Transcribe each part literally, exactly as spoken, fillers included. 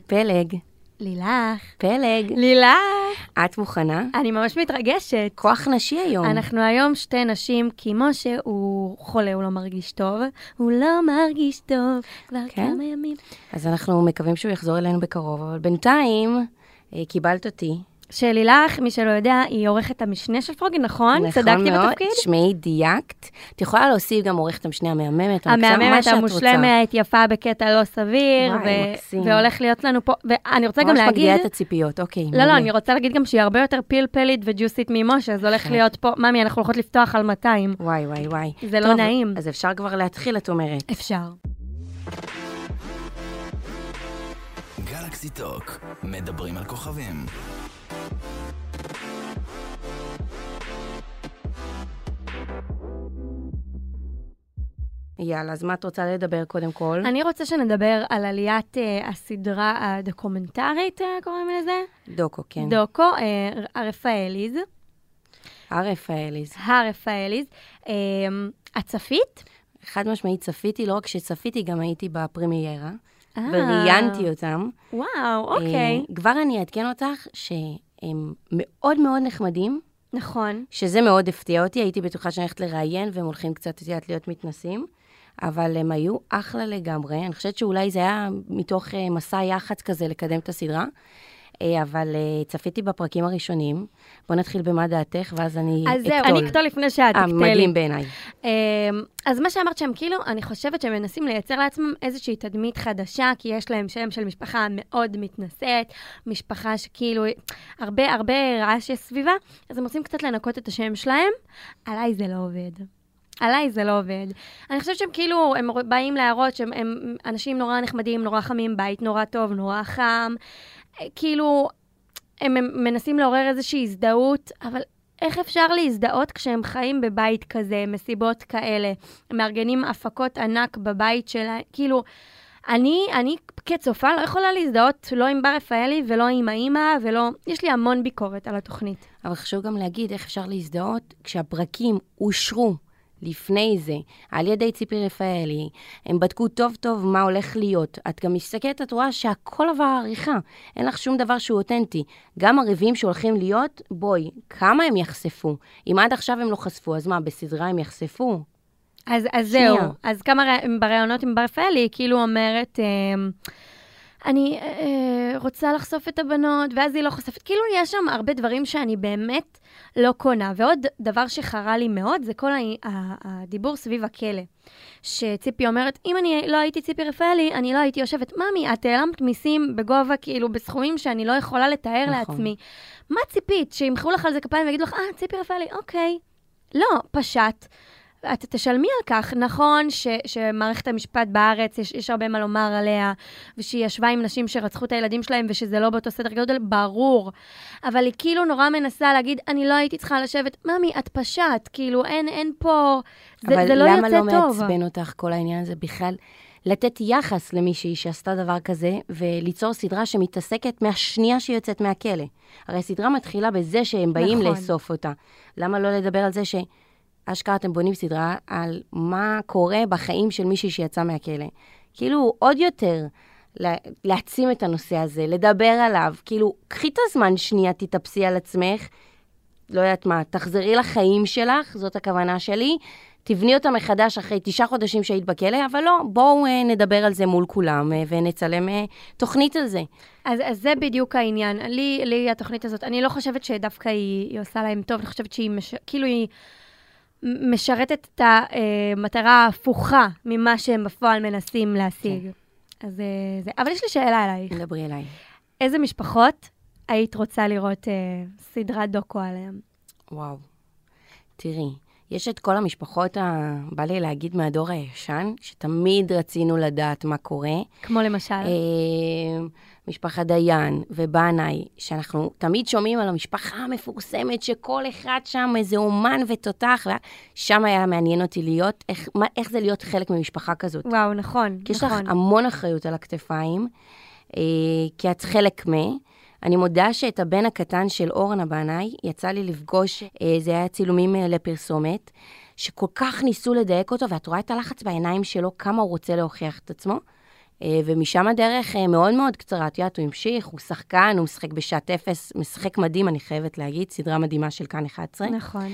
פלג. לילך. פלג. לילך. את מוכנה? אני ממש מתרגשת. כוח נשי היום. אנחנו היום שתי נשים, כי משה הוא חולה, הוא לא מרגיש טוב. הוא לא מרגיש טוב כבר כן? כמה ימים. אז אנחנו מקווים שהוא יחזור אלינו בקרוב, אבל בינתיים קיבלת אותי. שלילך, מי שלא יודע, היא עורכת המשנה של פרוגי, נכון? נכון צדקתי מאוד, בתפקיד? שמי דייקט. את יכולה להוסיף גם עורכת המשנה המהממת, המהממת, המושלמת, יפה בקטע לא סביר, וואי, מקסים. והולך להיות לנו פה, ואני רוצה גם ממש להגיד... מגדיעה את הציפיות, אוקיי. לא, מעולה. לא, אני רוצה להגיד גם שהיא הרבה יותר פלפלית וג'וסית ממשה, אז הולך להיות פה, ממי, אנחנו הולכות לפתוח על מאתיים. וואי, וואי, וואי. זה לא נעים. אז אפשר כבר להתחיל, את אומרת. אפשר. גלקסי טוק, מדברים על כוכבים. יאללה, אז מה את רוצה לדבר קודם כל? אני רוצה שנדבר על עליית uh, הסדרה הדוקומנטרית, uh, קוראים לזה? דוקו, כן. דוקו, uh, הרפאליז. הרפאליז. הרפאליז. Uh, הצפית? חד משמעית צפיתי, לא רק שצפיתי, גם הייתי בפרמיירה, וראיינתי אותם. וואו, אוקיי. Uh, כבר אני אעדכן אותך שהם מאוד מאוד נחמדים. נכון. שזה מאוד הפתיע אותי, הייתי בטוחה שאני הולכת לראיין, והם הולכים קצת להיות מתנסים. אבל הם היו אחלה לגמרי. אני חושבת שאולי זה היה מתוך uh, מסע יח"צ כזה לקדם את הסדרה. Uh, אבל uh, צפיתי בפרקים הראשונים. בוא נתחיל במה דעתך, ואז אני אקטול. אז זהו, אני אקטול לפני שאת תקטלי. מדהים בעיניי. Uh, אז מה שאמרת שהם, כאילו, אני חושבת שהם מנסים לייצר לעצמם איזושהי תדמית חדשה, כי יש להם שם של משפחה מאוד מתנשאת, משפחה שכאילו, הרבה, הרבה רעש סביבה, אז הם רוצים קצת לנקות את השם שלהם. עליי זה לא עובד. עליי זה לא עובד. אני חושבת שהם כאילו, הם באים להראות שהם הם אנשים נורא נחמדים, נורא חמים, בית נורא טוב, נורא חם. כאילו, הם, הם מנסים לעורר איזושהי הזדהות, אבל איך אפשר להזדהות כשהם חיים בבית כזה, מסיבות כאלה, מארגנים הפקות ענק בבית שלהם? כאילו, אני, אני כצופה לא יכולה להזדהות לא עם בר רפאלי ולא עם האמא, ולא... יש לי המון ביקורת על התוכנית. אבל חשוב גם להגיד איך אפשר להזדהות כשהפרקים אושרו. לפני זה, על ידי ציפי רפאלי, הם בדקו טוב טוב מה הולך להיות. את גם מסתכלת, את רואה שהכל עבר עריכה. אין לך שום דבר שהוא אותנטי. גם הריבים שהולכים להיות, בואי, כמה הם יחשפו? אם עד עכשיו הם לא חשפו, אז מה, בסדרה הם יחשפו? אז, אז זהו. אז כמה ברעיונות עם בר רפאלי, כאילו אומרת... אני אה, רוצה לחשוף את הבנות, ואז היא לא חושפת. כאילו יש שם הרבה דברים שאני באמת לא קונה. ועוד דבר שחרה לי מאוד, זה כל הדיבור סביב הכלא. שציפי אומרת, אם אני לא הייתי ציפי רפאלי, אני לא הייתי יושבת, ממי, את העלמת מיסים בגובה, כאילו בסכומים שאני לא יכולה לתאר נכון. לעצמי. מה ציפית? שימחאו לך על זה כפיים ויגידו לך, אה, ציפי רפאלי, אוקיי. לא, פשט. את תשלמי על כך, נכון ש, שמערכת המשפט בארץ, יש, יש הרבה מה לומר עליה, ושהיא ישבה עם נשים שרצחו את הילדים שלהם, ושזה לא באותו סדר גודל, ברור. אבל היא כאילו נורא מנסה להגיד, אני לא הייתי צריכה לשבת, ממי, את פשט, כאילו אין, אין פה, זה, זה לא יוצא טוב. אבל למה לא מעצבן אותך כל העניין הזה בכלל? לתת יחס למישהי שעשתה דבר כזה, וליצור סדרה שמתעסקת מהשנייה שהיא יוצאת מהכלא. הרי הסדרה מתחילה בזה שהם באים נכון. לאסוף אותה. למה לא לדבר על זה ש... אשכרה אתם בונים סדרה על מה קורה בחיים של מישהי שיצא מהכלא. כאילו, עוד יותר להעצים את הנושא הזה, לדבר עליו. כאילו, קחי את הזמן שנייה, תתאפסי על עצמך. לא יודעת מה, תחזרי לחיים שלך, זאת הכוונה שלי. תבני אותה מחדש אחרי תשעה חודשים שהיית בכלא, אבל לא, בואו נדבר על זה מול כולם ונצלם תוכנית על זה. אז, אז זה בדיוק העניין. לי, לי התוכנית הזאת, אני לא חושבת שדווקא היא, היא עושה להם טוב, אני חושבת שהיא, מש... כאילו היא... משרתת את המטרה ההפוכה ממה שהם בפועל מנסים להשיג. אז זה... אבל יש לי שאלה עלייך. דברי אליי. איזה משפחות היית רוצה לראות סדרת דוקו עליהם? וואו. תראי, יש את כל המשפחות, בא לי להגיד מהדור הישן, שתמיד רצינו לדעת מה קורה. כמו למשל? משפחת דיין ובנאי, שאנחנו תמיד שומעים על המשפחה המפורסמת, שכל אחד שם איזה אומן ותותח, ושם היה מעניין אותי להיות, איך, מה, איך זה להיות חלק ממשפחה כזאת. וואו, נכון, כי יש נכון. לך המון אחריות על הכתפיים, אה, כי את חלק מה. אני מודה שאת הבן הקטן של אורנה בנאי, יצא לי לפגוש, אה, זה היה צילומים אה, לפרסומת, שכל כך ניסו לדייק אותו, ואת רואה את הלחץ בעיניים שלו, כמה הוא רוצה להוכיח את עצמו. ומשם הדרך מאוד מאוד קצרה, את יודעת, הוא המשיך, הוא שחקן, הוא משחק בשעת אפס, משחק מדהים, אני חייבת להגיד, סדרה מדהימה של כאן אחת עשרה. נכון.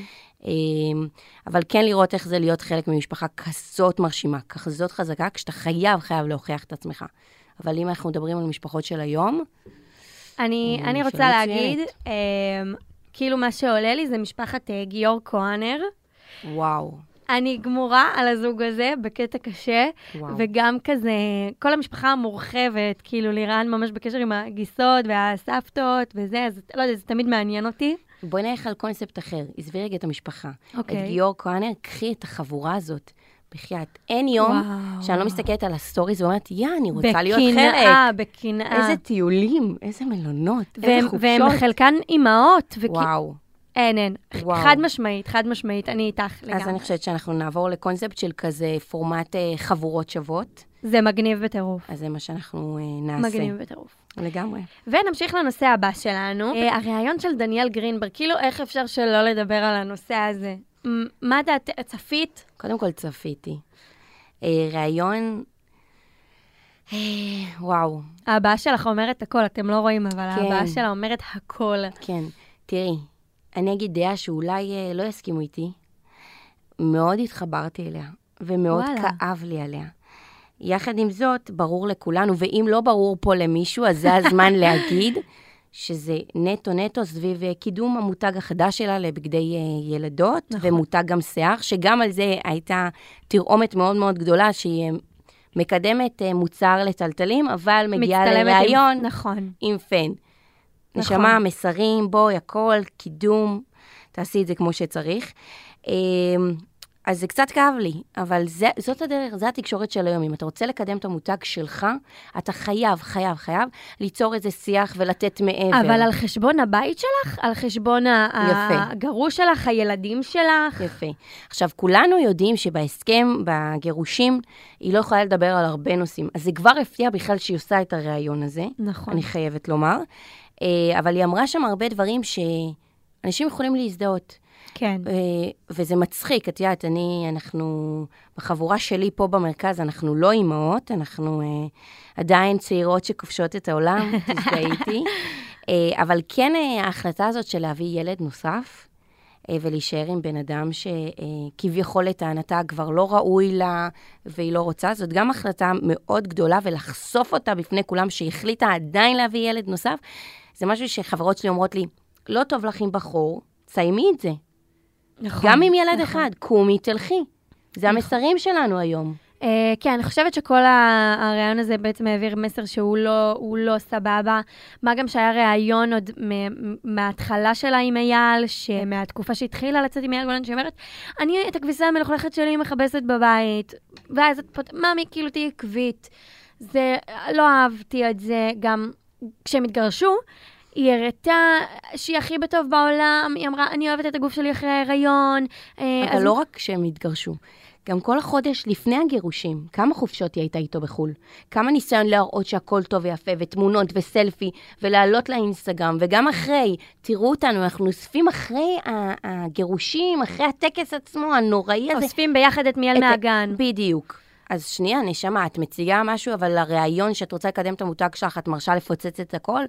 אבל כן לראות איך זה להיות חלק ממשפחה כזאת מרשימה, כזאת חזקה, כשאתה חייב, חייב להוכיח את עצמך. אבל אם אנחנו מדברים על משפחות של היום... אני, אני רוצה להגיד, כאילו מה שעולה לי זה משפחת גיאור כהנר. וואו. אני גמורה על הזוג הזה בקטע קשה, וואו. וגם כזה, כל המשפחה המורחבת, כאילו לירן ממש בקשר עם הגיסות והסבתות וזה, אז לא יודע, זה תמיד מעניין אותי. בואי נלך על קונספט אחר, עזבי רגע את המשפחה. אוקיי. את גיאור כהנר, קחי את החבורה הזאת. בחייאת, אין יום וואו. שאני לא מסתכלת על הסטוריז ואומרת, יא, אני רוצה בקנאה, להיות חלק. בקנאה, בקנאה. איזה טיולים, איזה מלונות, והם, איזה חופשות. והם חלקן אימהות. וכי... וואו. אין, אין. וואו. חד משמעית, חד משמעית, אני איתך לגמרי. אז אני חושבת שאנחנו נעבור לקונספט של כזה פורמט אה, חבורות שוות. זה מגניב בטירוף. אז זה מה שאנחנו אה, נעשה. מגניב בטירוף. לגמרי. ונמשיך לנושא הבא שלנו. אה, הרעיון של דניאל גרינברג, כאילו איך אפשר שלא לדבר על הנושא הזה? מה דעת, צפית? קודם כל צפיתי. אה, רעיון... אה, וואו. הבאה שלך אומרת הכל, אתם לא רואים, אבל כן. הבאה שלה אומרת הכל. כן, תראי. אני אגיד דעה שאולי אה, לא יסכימו איתי, מאוד התחברתי אליה, ומאוד וואלה. כאב לי עליה. יחד עם זאת, ברור לכולנו, ואם לא ברור פה למישהו, אז זה הזמן להגיד, שזה נטו נטו סביב קידום המותג החדש שלה לבגדי אה, ילדות, נכון. ומותג גם שיער, שגם על זה הייתה תרעומת מאוד מאוד גדולה, שהיא מקדמת אה, מוצר לטלטלים, אבל מגיעה לרעיון עם, נכון. עם פן. נשמה, מסרים, בואי, הכל, קידום, תעשי את זה כמו שצריך. אז זה קצת כאב לי, אבל זה, זאת הדרך, זה התקשורת של היום. אם אתה רוצה לקדם את המותג שלך, אתה חייב, חייב, חייב ליצור איזה שיח ולתת מעבר. אבל על חשבון הבית שלך? על חשבון הגרוש שלך, הילדים שלך? יפה. עכשיו, כולנו יודעים שבהסכם, בגירושים, היא לא יכולה לדבר על הרבה נושאים. אז זה כבר הפתיע בכלל שהיא עושה את הרעיון הזה. נכון. אני חייבת לומר. אבל היא אמרה שם הרבה דברים שאנשים יכולים להזדהות. כן. וזה מצחיק, את יודעת, אני, אנחנו, בחבורה שלי פה במרכז, אנחנו לא אימהות, אנחנו עדיין צעירות שכובשות את העולם, תזדהיתי. אבל כן, ההחלטה הזאת של להביא ילד נוסף, ולהישאר עם בן אדם שכביכול לטענתה כבר לא ראוי לה, והיא לא רוצה, זאת גם החלטה מאוד גדולה, ולחשוף אותה בפני כולם שהחליטה עדיין להביא ילד נוסף, זה משהו שחברות שלי אומרות לי, לא טוב לך עם בחור, סיימי את זה. נכון. גם עם ילד אחד, קומי, תלכי. זה המסרים שלנו היום. כן, אני חושבת שכל הרעיון הזה בעצם העביר מסר שהוא לא, לא סבבה. מה גם שהיה רעיון עוד מההתחלה שלה עם אייל, שמהתקופה שהתחילה לצאת עם אייל גולן, שאומרת, אני את הכביסה המלוכלכת שלי מחבשת בבית, ואז את פה, ממי, כאילו תהי עקבית. זה, לא אהבתי את זה, גם כשהם התגרשו, היא הראתה שהיא הכי בטוב בעולם, היא אמרה, אני אוהבת את הגוף שלי אחרי ההיריון. אבל אז... לא רק כשהם התגרשו, גם כל החודש לפני הגירושים, כמה חופשות היא הייתה איתו בחול, כמה ניסיון להראות שהכל טוב ויפה, ותמונות וסלפי, ולעלות לאינסטגרם, וגם אחרי, תראו אותנו, אנחנו אוספים אחרי הגירושים, אחרי הטקס עצמו, הנוראי הזה. אוספים ביחד את מיאל מהגן. בדיוק. אז שנייה, נשמה, את מציגה משהו, אבל הרעיון שאת רוצה לקדם את המותג שלך, את מרשה לפוצץ את הכל?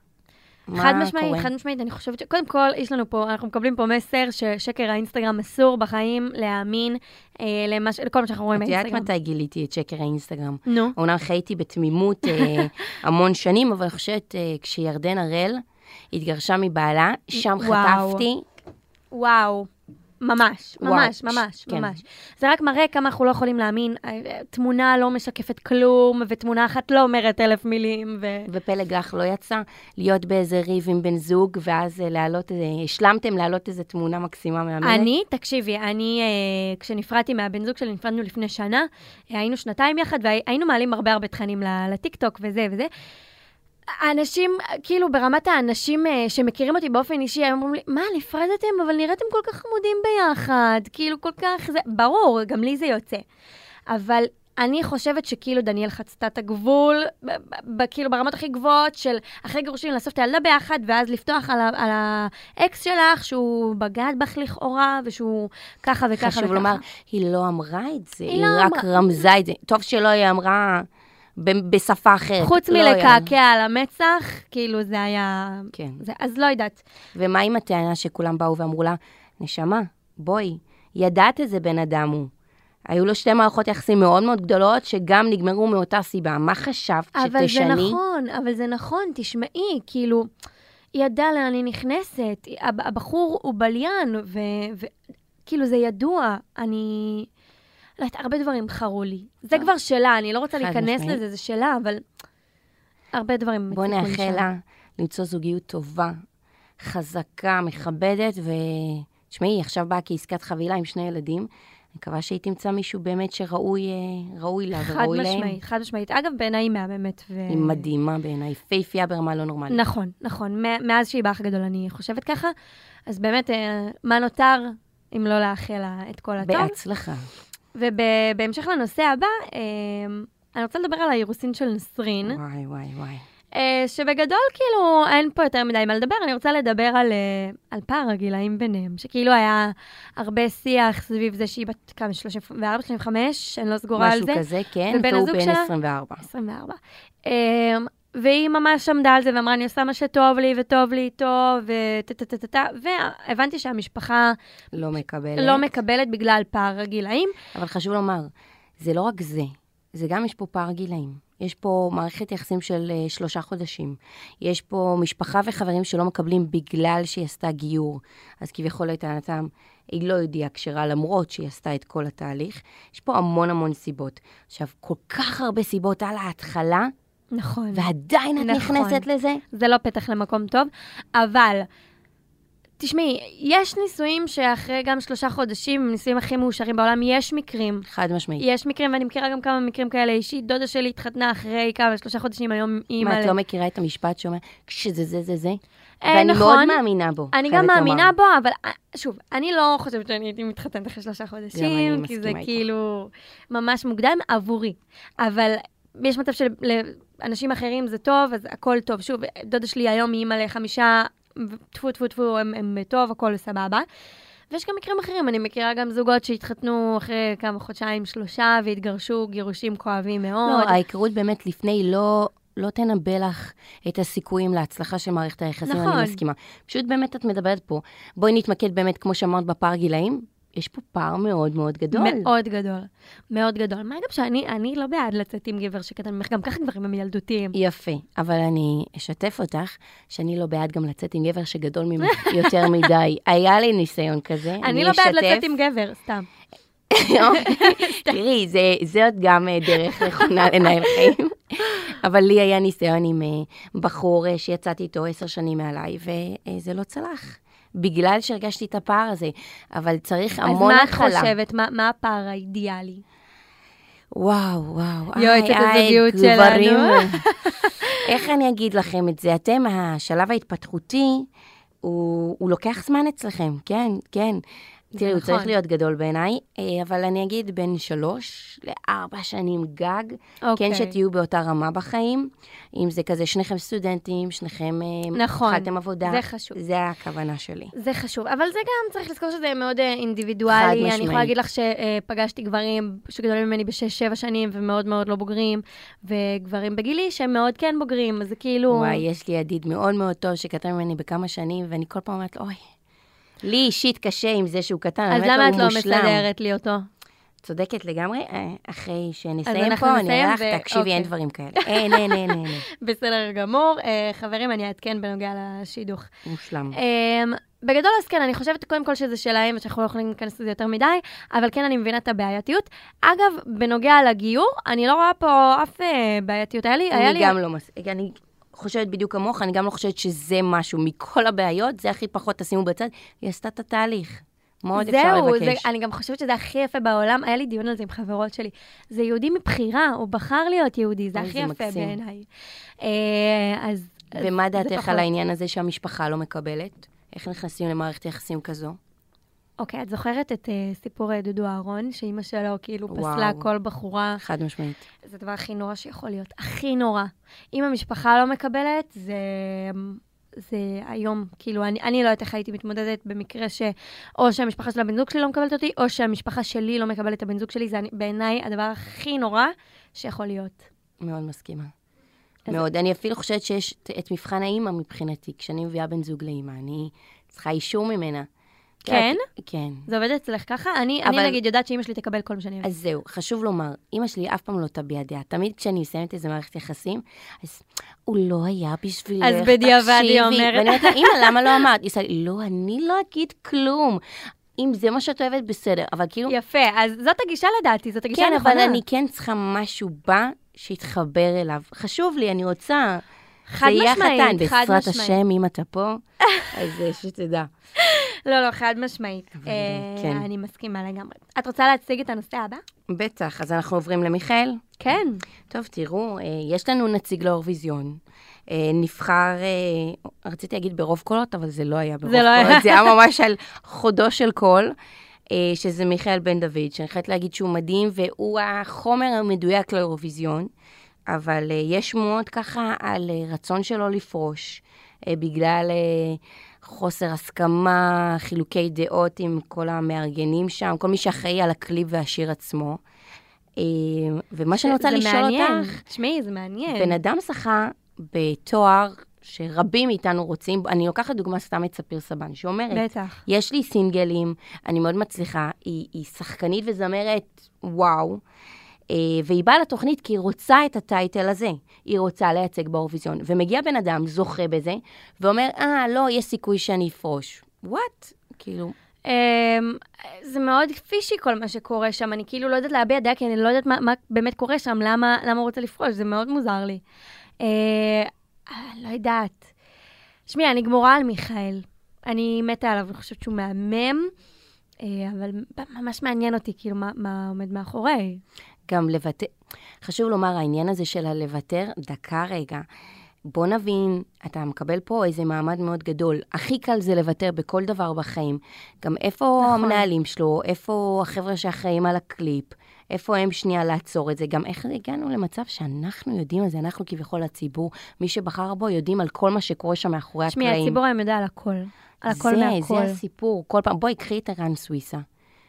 חד משמעית, חד משמעית, אני חושבת ש... קודם כל, יש לנו פה, אנחנו מקבלים פה מסר ששקר האינסטגרם אסור בחיים להאמין אה, למש... לכל מה שאנחנו רואים באינסטגרם. את יודעת מתי גיליתי את שקר האינסטגרם? נו. אומנם חייתי בתמימות אה, המון שנים, אבל אני חושבת, אה, כשירדן הראל התגרשה מבעלה, שם וואו. חטפתי. וואו. ממש, ממש, וואו, ממש, כן. ממש. זה רק מראה כמה אנחנו לא יכולים להאמין. תמונה לא משקפת כלום, ותמונה אחת לא אומרת אלף מילים. ו... ופלג לך לא יצא להיות באיזה ריב עם בן זוג, ואז להעלות איזה, השלמתם להעלות איזה תמונה מקסימה מהמלך? אני, תקשיבי, אני, אה, כשנפרדתי מהבן זוג שלי, נפרדנו לפני שנה, היינו שנתיים יחד, והיינו מעלים הרבה הרבה תכנים לטיקטוק וזה וזה. האנשים, כאילו ברמת האנשים שמכירים אותי באופן אישי, הם אומרים לי, מה, נפרדתם? אבל נראיתם כל כך חמודים ביחד, כאילו כל כך זה, ברור, גם לי זה יוצא. אבל אני חושבת שכאילו דניאל חצתה את הגבול, כאילו ברמות הכי גבוהות של אחרי גירושים לאסוף את הילדה ביחד, ואז לפתוח על, על האקס שלך, שהוא בגד בך לכאורה, ושהוא ככה וככה וככה. חשוב לומר, היא לא אמרה את זה, היא, היא לא רק אמרה... רמזה את זה. טוב שלא היא אמרה... בשפה אחרת. חוץ מלקעקע על המצח, כאילו זה היה... כן. זה, אז לא יודעת. ומה עם הטענה שכולם באו ואמרו לה, נשמה, בואי, ידעת איזה בן אדם הוא. היו לו שתי מערכות יחסים מאוד מאוד גדולות, שגם נגמרו מאותה סיבה. מה חשבת שתשני? אבל זה נכון, אבל זה נכון, תשמעי, כאילו, היא ידעה לאן אני נכנסת, הבחור הוא בליין, וכאילו זה ידוע, אני... לא יודעת, הרבה דברים חרו לי. זה כבר שלה, אני לא רוצה להיכנס לזה, זה שלה, אבל הרבה דברים בוא נאחל לה למצוא זוגיות טובה, חזקה, מכבדת, ותשמעי, עכשיו באה כעסקת חבילה עם שני ילדים, אני מקווה שהיא תמצא מישהו באמת שראוי לה וראוי להם. חד משמעית, חד משמעית. אגב, בעיניי היא מהממת. היא מדהימה בעיניי, פייפייה ברמה לא נורמלית. נכון, נכון. מאז שהיא באח גדול, אני חושבת ככה. אז באמת, מה נותר אם לא לאחל לה את כל הטוב? בהצלחה. ובהמשך לנושא הבא, אני רוצה לדבר על האירוסין של נסרין. וואי, וואי, וואי. שבגדול, כאילו, אין פה יותר מדי מה לדבר. אני רוצה לדבר על, על פער הגילאים ביניהם, שכאילו היה הרבה שיח סביב זה שהיא בת כמה, שלושים וארבע, שלושים וחמש, אני לא סגורה על זה. משהו כזה, כן, והוא בן עשרים וארבע. עשרים וארבע. והיא ממש עמדה על זה ואמרה, אני עושה מה שטוב לי וטוב לי איתו, וטטטטטטט, והבנתי שהמשפחה לא מקבלת. לא מקבלת בגלל פער הגילאים. אבל חשוב לומר, זה לא רק זה, זה גם יש פה פער גילאים. יש פה מערכת יחסים של uh, שלושה חודשים. יש פה משפחה וחברים שלא מקבלים בגלל שהיא עשתה גיור. אז כביכול לטענתם, היא לא יודעה כשרה למרות שהיא עשתה את כל התהליך. יש פה המון המון סיבות. עכשיו, כל כך הרבה סיבות על ההתחלה, נכון. ועדיין את נכון. נכנסת לזה? זה לא פתח למקום טוב, אבל... תשמעי, יש ניסויים שאחרי גם שלושה חודשים, ניסויים הכי מאושרים בעולם, יש מקרים. חד משמעית. יש מקרים, ואני מכירה גם כמה מקרים כאלה אישית. דודה שלי התחתנה אחרי כמה, שלושה חודשים היום אימא... מה, את לא מכירה את המשפט שאומר, כשזה זה זה זה? אה, ואני נכון. מאוד מאמינה בו. אני גם מאמינה בו, אבל שוב, אני לא חושבת שאני הייתי מתחתנת אחרי שלושה חודשים, כי זה כאילו ממש מוקדם עבורי. אבל יש מצב שלאנשים אחרים זה טוב, אז הכל טוב. שוב, דודה שלי היום היא אימא לחמישה... טפו, טפו, טפו, הם, הם טוב, הכל סבבה. ויש גם מקרים אחרים, אני מכירה גם זוגות שהתחתנו אחרי כמה חודשיים, שלושה, והתגרשו גירושים כואבים מאוד. לא, ההיכרות באמת לפני לא, לא תנבא לך את הסיכויים להצלחה של מערכת היחסים, נכון. אני מסכימה. פשוט באמת את מדברת פה. בואי נתמקד באמת, כמו שאמרת, בפער גילאים. יש פה פער מאוד מאוד גדול. מאוד גדול, מאוד גדול. מה גם שאני אני לא בעד לצאת עם גבר שקטן ממך, גם ככה גברים הם ילדותיים. יפה, אבל אני אשתף אותך שאני לא בעד גם לצאת עם גבר שגדול ממך יותר מדי. היה לי ניסיון כזה. אני לא בעד לצאת עם גבר, סתם. תראי, זאת גם דרך נכונה לנהל חיים. אבל לי היה ניסיון עם בחור שיצאתי איתו עשר שנים מעליי, וזה לא צלח. בגלל שהרגשתי את הפער הזה, אבל צריך המון התחלה. אז מה את חושבת? מה, מה הפער האידיאלי? וואו, וואו. יועצת הזוגיות שלנו. איך אני אגיד לכם את זה? אתם, השלב ההתפתחותי, הוא, הוא לוקח זמן אצלכם, כן, כן. תראי, הוא צריך להיות גדול בעיניי, אבל אני אגיד בין שלוש לארבע שנים גג, כן שתהיו באותה רמה בחיים, אם זה כזה שניכם סטודנטים, שניכם התחלתם עבודה. זה חשוב. זה הכוונה שלי. זה חשוב, אבל זה גם צריך לזכור שזה מאוד אינדיבידואלי. אני יכולה להגיד לך שפגשתי גברים שגדולים ממני בשש, שבע שנים, ומאוד מאוד לא בוגרים, וגברים בגילי שהם מאוד כן בוגרים, אז זה כאילו... וואי, יש לי ידיד מאוד מאוד טוב שקטן ממני בכמה שנים, ואני כל פעם אומרת לו, אוי, לי אישית קשה עם זה שהוא קטן, אז למה את לא מסדרת לי אותו? צודקת לגמרי, אחרי שנסיים פה, אני אראה לך, תקשיבי, אין דברים כאלה. אין, אין, אין, אין. בסדר גמור. חברים, אני אעדכן בנוגע לשידוך. מושלם. בגדול, אז כן, אני חושבת קודם כל שזה שלהם, ושאנחנו לא יכולים להיכנס לזה יותר מדי, אבל כן, אני מבינה את הבעייתיות. אגב, בנוגע לגיור, אני לא רואה פה אף בעייתיות. אני גם לא מספיק, אני... חושבת בדיוק כמוך, אני גם לא חושבת שזה משהו מכל הבעיות, זה הכי פחות תשימו בצד, היא עשתה את התהליך. מאוד אפשר לבקש. זהו, אני גם חושבת שזה הכי יפה בעולם, היה לי דיון על זה עם חברות שלי. זה יהודי מבחירה, הוא בחר להיות יהודי, זה הכי יפה בעיניי. ומה דעתך על העניין הזה שהמשפחה לא מקבלת? איך נכנסים למערכת יחסים כזו? אוקיי, את זוכרת את uh, סיפור דודו אהרון, שאמא שלו כאילו וואו. פסלה כל בחורה. חד משמעית. זה הדבר הכי נורא שיכול להיות. הכי נורא. אם המשפחה לא מקבלת, זה, זה היום, כאילו, אני, אני לא יודעת איך הייתי מתמודדת במקרה ש... או שהמשפחה של הבן זוג שלי לא מקבלת אותי, או שהמשפחה שלי לא מקבלת את הבן זוג שלי. זה בעיניי הדבר הכי נורא שיכול להיות. מאוד מסכימה. מאוד. אני אפילו חושבת שיש את מבחן האימא מבחינתי, כשאני מביאה בן זוג לאימא, אני צריכה אישור ממנה. כן? כן. זה עובד אצלך ככה? אני, אבל... אני נגיד יודעת שאמא שלי תקבל כל מה שאני יודעת. אז זהו, חשוב לומר, אמא שלי אף פעם לא תביע דעה. תמיד כשאני מסיימת איזה מערכת יחסים, אז הוא לא היה בשבילך, אז בדיעבד היא אומרת. ואני אומרת לה, אמא, למה לא אמרת? היא עושה לי, לא, אני לא אגיד כלום. אם זה מה שאת אוהבת, בסדר. אבל כאילו... יפה, אז זאת הגישה לדעתי, זאת הגישה נכונה. כן, אבל אני כן צריכה משהו בה שיתחבר אליו. חשוב לי, אני רוצה... חד משמעית, חד משמעית. בעזרת השם, אם אתה פה, אז שתדע. לא, לא, חד משמעית. כן. אני מסכימה לגמרי. את רוצה להציג את הנושא הבא? בטח, אז אנחנו עוברים למיכאל. כן. טוב, תראו, יש לנו נציג לאירוויזיון. נבחר, רציתי להגיד ברוב קולות, אבל זה לא היה ברוב קולות. זה היה ממש על חודו של קול, שזה מיכאל בן דוד, שאני חייבת להגיד שהוא מדהים, והוא החומר המדויק לאירוויזיון. אבל uh, יש שמועות ככה על uh, רצון שלו לפרוש, uh, בגלל uh, חוסר הסכמה, חילוקי דעות עם כל המארגנים שם, כל מי שאחראי על הקליפ והשיר עצמו. Uh, ומה שאני רוצה לשאול מעניין. אותך... שמי, זה מעניין. בן אדם שחה בתואר שרבים מאיתנו רוצים, אני לוקחת דוגמה סתם את ספיר סבן, שאומרת, בטח. יש לי סינגלים, אני מאוד מצליחה, היא, היא שחקנית וזמרת, וואו, והיא באה לתוכנית כי היא רוצה את הטייטל הזה. היא רוצה לייצג באירוויזיון. ומגיע בן אדם, זוכה בזה, ואומר, אה, לא, יש סיכוי שאני אפרוש. וואט? כאילו... זה מאוד פישי כל מה שקורה שם. אני כאילו לא יודעת להביע דעה, כי אני לא יודעת מה באמת קורה שם, למה הוא רוצה לפרוש. זה מאוד מוזר לי. לא יודעת. שמי, אני גמורה על מיכאל. אני מתה עליו, אני חושבת שהוא מהמם, אבל ממש מעניין אותי, כאילו, מה עומד מאחורי. גם לוותר, חשוב לומר, העניין הזה של הלוותר, דקה רגע, בוא נבין, אתה מקבל פה איזה מעמד מאוד גדול, הכי קל זה לוותר בכל דבר בחיים, גם איפה נכון. המנהלים שלו, איפה החבר'ה שאחראים על הקליפ, איפה הם שנייה לעצור את זה, גם איך הגענו למצב שאנחנו יודעים על זה, אנחנו כביכול הציבור, מי שבחר בו יודעים על כל מה שקורה שם מאחורי הקלעים. שמי, הציבור היום יודע על הכל, על הכל זה, מהכל. זה הסיפור, כל פעם, בואי, קחי את הרן סוויסה.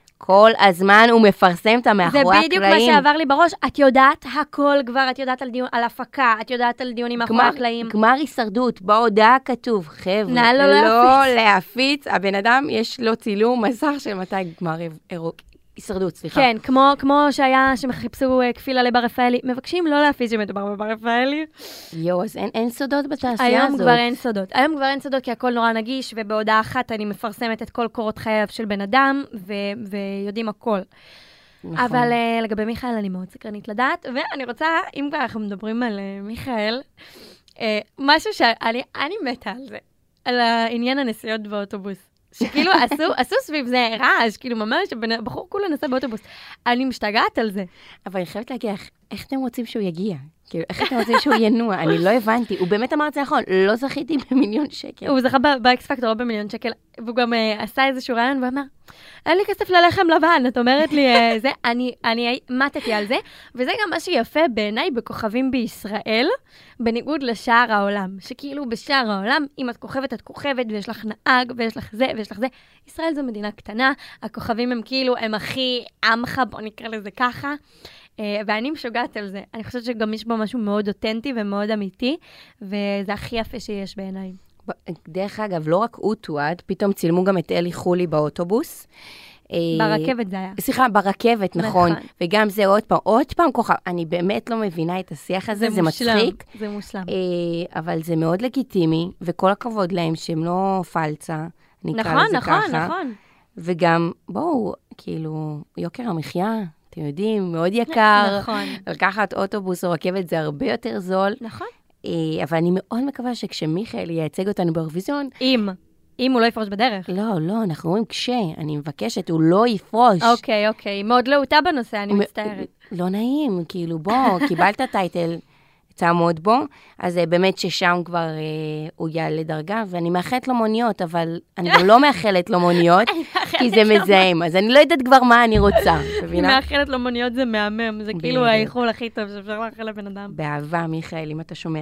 כל הזמן הוא מפרסם את המאחורי הקלעים. זה בדיוק מה שעבר לי בראש. את יודעת הכל כבר, את יודעת על, דיון, על הפקה, את יודעת על דיונים מאחורי הקלעים. גמר הישרדות, בהודעה כתוב, חבר'ה, לא, לא, לא להפיץ. הבן אדם, יש לו צילום מסך של מתי גמר הישרדות, סליחה. כן, כמו, כמו שהיה, שמחיפשו כפילה לבר רפאלי, מבקשים לא להפיץ שמדובר בבר רפאלי. יו, אז אין, אין סודות בתעשייה היום הזאת. כבר אין סודות. היום כבר אין סודות, כי הכל נורא נגיש, ובהודעה אחת אני מפרסמת את כל קורות חייו של בן אדם, ו- ויודעים הכל. נכון. אבל uh, לגבי מיכאל, אני מאוד סקרנית לדעת, ואני רוצה, אם כבר אנחנו מדברים על uh, מיכאל, uh, משהו שאני אני מתה על זה, על העניין הנסיעות באוטובוס. שכאילו עשו, עשו סביב זה רעש, כאילו ממש, בחור כולה נסע באוטובוס. אני משתגעת על זה. אבל אני חייבת להגיע, איך, איך אתם רוצים שהוא יגיע? כאילו, איך אתם רוצים שהוא ינוע? אני לא הבנתי. הוא באמת אמר את זה נכון, לא זכיתי במיליון שקל. הוא זכה באקס פקטור, לא במיליון שקל, והוא גם uh, עשה איזשהו רעיון, ואמר, אין לי כסף ללחם לבן, את אומרת לי, uh, זה, אני, אני מתתי על זה, וזה גם מה שיפה בעיניי בכוכבים בישראל, בניגוד לשאר העולם, שכאילו בשאר העולם, אם את כוכבת, את כוכבת, ויש לך נהג, ויש לך זה, ויש לך זה. ישראל זו מדינה קטנה, הכוכבים הם כאילו, הם הכי עמך, בוא נקרא לזה ככה, Uh, ואני משוגעת על זה. אני חושבת שגם יש בו משהו מאוד אותנטי ומאוד אמיתי, וזה הכי יפה שיש בעיניי. דרך אגב, לא רק הוא תועד, פתאום צילמו גם את אלי חולי באוטובוס. ברכבת זה היה. סליחה, ברכבת, נכון. נכון. וגם זה עוד פעם, עוד פעם כוכב. אני באמת לא מבינה את השיח הזה, זה, זה מצחיק. זה מושלם. אבל זה מאוד לגיטימי, וכל הכבוד להם שהם לא פלצה, נקרא נכון, לזה נכון, ככה. נכון, נכון. וגם, בואו, כאילו, יוקר המחיה, אתם יודעים, מאוד יקר. נכון. לקחת אוטובוס או רכבת זה הרבה יותר זול. נכון. אבל אני מאוד מקווה שכשמיכאל ייצג אותנו באירוויזיון... אם, אם הוא לא יפרוש בדרך. לא, לא, אנחנו רואים כש, אני מבקשת, הוא לא יפרוש. אוקיי, אוקיי, מאוד להוטה בנושא, אני מצטערת. לא נעים, כאילו, בוא, קיבלת טייטל, תעמוד בו, אז באמת ששם כבר אה, הוא יעלה דרגה, ואני מאחלת לו מוניות, אבל אני גם לא מאחלת לו מוניות, כי זה מזהם, אז אני לא יודעת כבר מה אני רוצה, מבינה? מאחלת לו מוניות זה מהמם, זה כאילו האיחול הכי טוב שאפשר לאחל לבן אדם. באהבה, מיכאל, אם אתה שומע.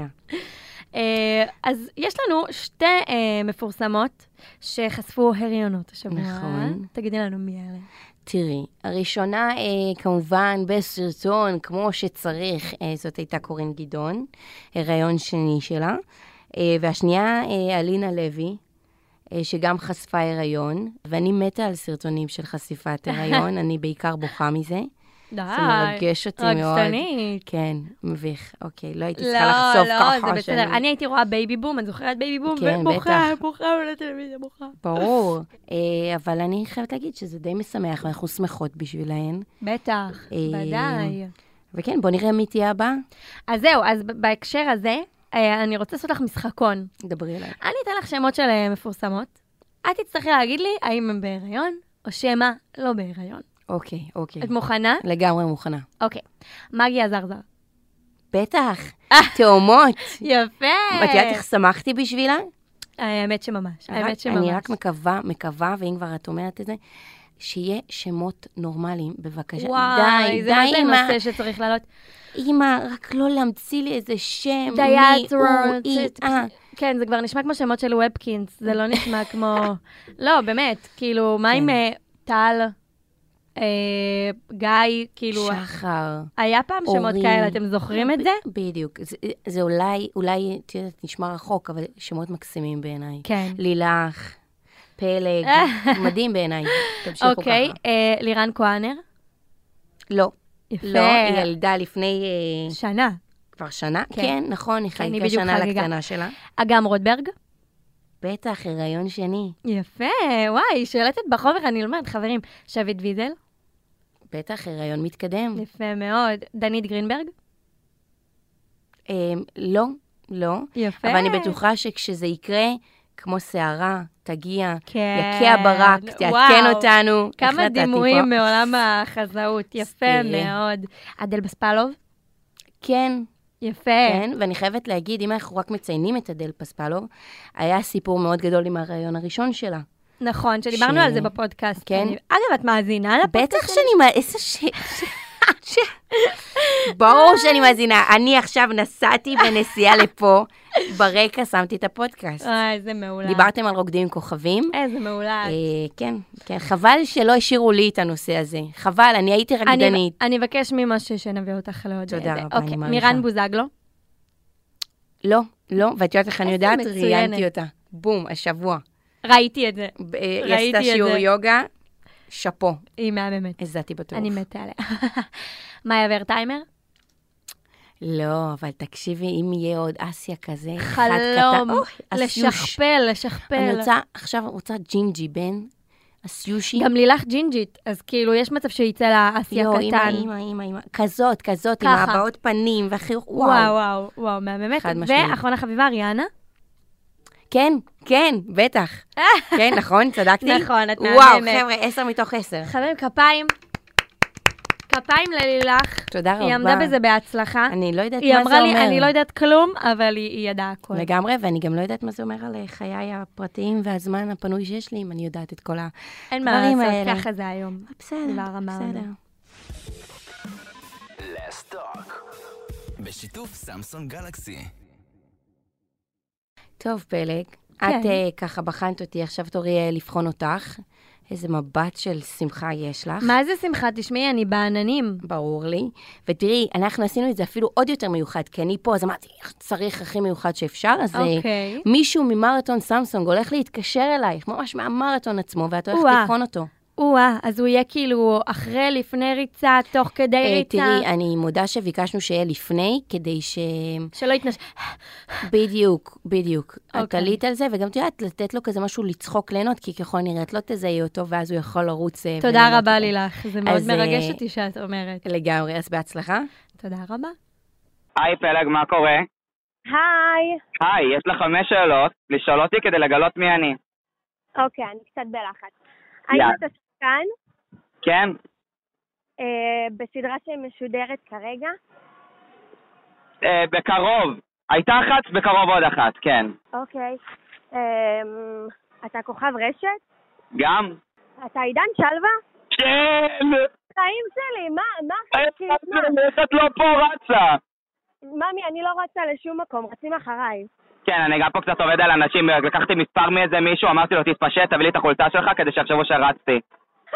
אז יש לנו שתי מפורסמות שחשפו הריונות השבוע. נכון. תגידי לנו מי אלה. תראי, הראשונה אה, כמובן בסרטון, כמו שצריך, אה, זאת הייתה קורין גדעון, הריון שני שלה, אה, והשנייה אה, אלינה לוי, אה, שגם חשפה הריון, ואני מתה על סרטונים של חשיפת הריון, אני בעיקר בוכה מזה. די, זה מרגש אותי מאוד. רגשנית. כן, מביך. אוקיי, לא הייתי צריכה לחשוף ככה. לא, לא, זה בסדר. אני הייתי רואה בייבי בום, אני זוכרת בייבי בום, ובוכה, בוכה, בטלוויזיה, בוכה. ברור. אבל אני חייבת להגיד שזה די משמח, ואנחנו שמחות בשבילהן. בטח, ודאי. וכן, בוא נראה מי תהיה הבאה. אז זהו, אז בהקשר הזה, אני רוצה לעשות לך משחקון. דברי אליי. אני אתן לך שמות של מפורסמות. את תצטרכי להגיד לי האם הם בהיריון, או שמה לא בהיריון. אוקיי, אוקיי. את מוכנה? לגמרי מוכנה. אוקיי. מגיה זרזר. בטח. תאומות. יפה. ואת יודעת איך שמחתי בשבילה? האמת שממש. האמת שממש. אני רק מקווה, מקווה, ואם כבר את אומרת את זה, שיהיה שמות נורמליים, בבקשה. וואי, זה מה זה נושא שצריך לעלות. אמא, רק לא להמציא לי איזה שם. דיית רוט. כן, זה כבר נשמע כמו שמות של ובקינס. זה לא נשמע כמו... לא, באמת. כאילו, מה עם טל... גיא, כאילו... שחר. היה פעם שמות כאלה, אתם זוכרים את זה? בדיוק. זה אולי, אולי, תראה, נשמע רחוק, אבל שמות מקסימים בעיניי. כן. לילך, פלג, מדהים בעיניי. תמשיכו ככה. אוקיי, לירן כהנר? לא. יפה. לא, היא ילדה לפני... שנה. כבר שנה? כן, נכון, היא חייתה שנה לקטנה שלה. אגם רוטברג? בטח, הריון שני. יפה, וואי, שולטת בחומר, אני אומרת, חברים. שביט ויזל? בטח, הריון מתקדם. יפה מאוד. דנית גרינברג? לא, לא. יפה. אבל אני בטוחה שכשזה יקרה, כמו שערה, תגיע, יקע ברק, תעדכן אותנו. כמה דימויים מעולם החזאות. יפה מאוד. אדל בספלוב? כן. יפה. כן, ואני חייבת להגיד, אם אנחנו רק מציינים את אדל פספלוב, היה סיפור מאוד גדול עם הרעיון הראשון שלה. נכון, שדיברנו על זה בפודקאסט. כן. אגב, את מאזינה לפודקאסט? בטח שאני, איזה ש... ברור שאני מאזינה. אני עכשיו נסעתי בנסיעה לפה, ברקע שמתי את הפודקאסט. אה, איזה מעולה. דיברתם על רוקדים עם כוכבים? איזה מעולה. כן, כן. חבל שלא השאירו לי את הנושא הזה. חבל, אני הייתי רקדנית. אני אבקש ממשה שנביא אותך לעוד. תודה רבה, אני מעריכה. מירן בוזגלו? לא, לא, ואת יודעת איך אני יודעת? ראיינתי אותה. בום, השבוע. ראיתי את זה. היא עשתה שיעור יוגה, שפו. היא מהממת. הזעתי בטוח. אני מתה עליה. מאיה ורטיימר? לא, אבל תקשיבי, אם יהיה עוד אסיה כזה, חלום, לשכפל, לשכפל. אני רוצה, עכשיו רוצה ג'ינג'י בן, אסיושי. גם לילך ג'ינג'ית, אז כאילו יש מצב שיצא לה אסיה קטן. יו, אמא, אמא, אמא, אמא. כזאת, כזאת, עם הבעות פנים והחיוך, וואו. וואו, וואו, וואו, מהממת. ואחרונה חביבה, ריאנה? כן, כן, בטח. כן, נכון, צדקתי? נכון, את מהממת. וואו, חבר'ה, עשר מתוך עשר. חברים, כפיים. כפיים ללילך. תודה רבה. היא עמדה בזה בהצלחה. אני לא יודעת מה זה אומר. היא אמרה לי, אני לא יודעת כלום, אבל היא, היא ידעה הכל. לגמרי, ואני גם לא יודעת מה זה אומר על חיי הפרטיים והזמן הפנוי שיש לי, אם אני יודעת את כל הדברים האלה. אין מה לעשות, ככה זה היום. בסדר, בסדר. Let's talk. בשיתוף סמסונג גלקסי. טוב, פלג, את ככה בחנת אותי, עכשיו תורי לבחון אותך. איזה מבט של שמחה יש לך. מה זה שמחה? תשמעי, אני בעננים. ברור לי. ותראי, אנחנו עשינו את זה אפילו עוד יותר מיוחד, כי אני פה, אז אמרתי, צריך הכי מיוחד שאפשר, אז אוקיי. מישהו ממרתון סמסונג הולך להתקשר אלייך, ממש מהמרתון עצמו, ואת הולכת לבחון אותו. וואה, אז הוא יהיה כאילו אחרי, לפני ריצה, תוך כדי ריצה. תראי, אני מודה שביקשנו שיהיה לפני, כדי ש... שלא יתנש... בדיוק, בדיוק. את עלית על זה, וגם תראית, לתת לו כזה משהו לצחוק ליהנות, כי ככל נראית לא תזהי אותו, ואז הוא יכול לרוץ... תודה רבה לי לך, זה מאוד מרגש אותי שאת אומרת. לגמרי, אז בהצלחה. תודה רבה. היי פלג, מה קורה? היי. היי, יש לך חמש שאלות, לשאול אותי כדי לגלות מי אני. אוקיי, אני קצת בלחץ. האם אתה שחקן? כן. אה, בסדרה שמשודרת כרגע? אה, בקרוב. הייתה אחת, בקרוב עוד אחת, כן. אוקיי. אה, אתה כוכב רשת? גם. אתה עידן שלווה? כן! חיים שלי, מה? מה? איך את לא פה רצה? ממי, אני לא רצה לשום מקום, רצים אחריי. כן, אני גם פה קצת עובד על אנשים, לקחתי מספר מאיזה מישהו, אמרתי לו, תתפשט, תביא לי את החולצה שלך כדי שיחשבו שרצתי.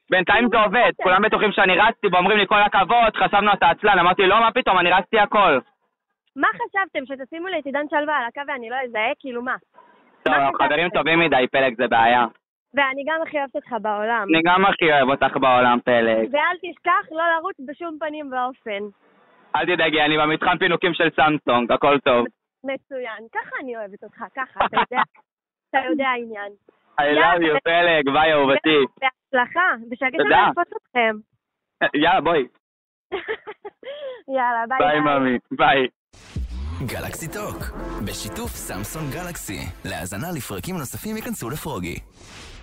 בינתיים זה עובד, כולם בטוחים שאני רצתי, ואומרים לי כל הכבוד, חשבנו אתה עצלן, אמרתי לא, מה פתאום, אני רצתי הכל. מה חשבתם, שתשימו לי את עידן שלווה על הקו ואני לא אזהה? כאילו מה? טוב, חברים טובים מדי, פלג זה בעיה. ואני גם הכי אוהבת אותך בעולם. אני גם הכי אוהב אותך בעולם, פלג. ואל תשכח לא לרוץ בשום פנים ואופן. אל תדאגי, אני במתחם פינוקים של סמסונג, הכל טוב. מצוין, ככה אני אוהבת אותך, ככה, אתה יודע, אתה יודע העניין. I love you, פלג, ביי אהובתי. בהצלחה, בשקט אני אהפות אתכם. יאללה, בואי. יאללה, ביי. ביי, ממי, ביי. גלקסי טוק, בשיתוף סמסונג גלקסי. להאזנה לפרקים נוספים ייכנסו לפרוגי.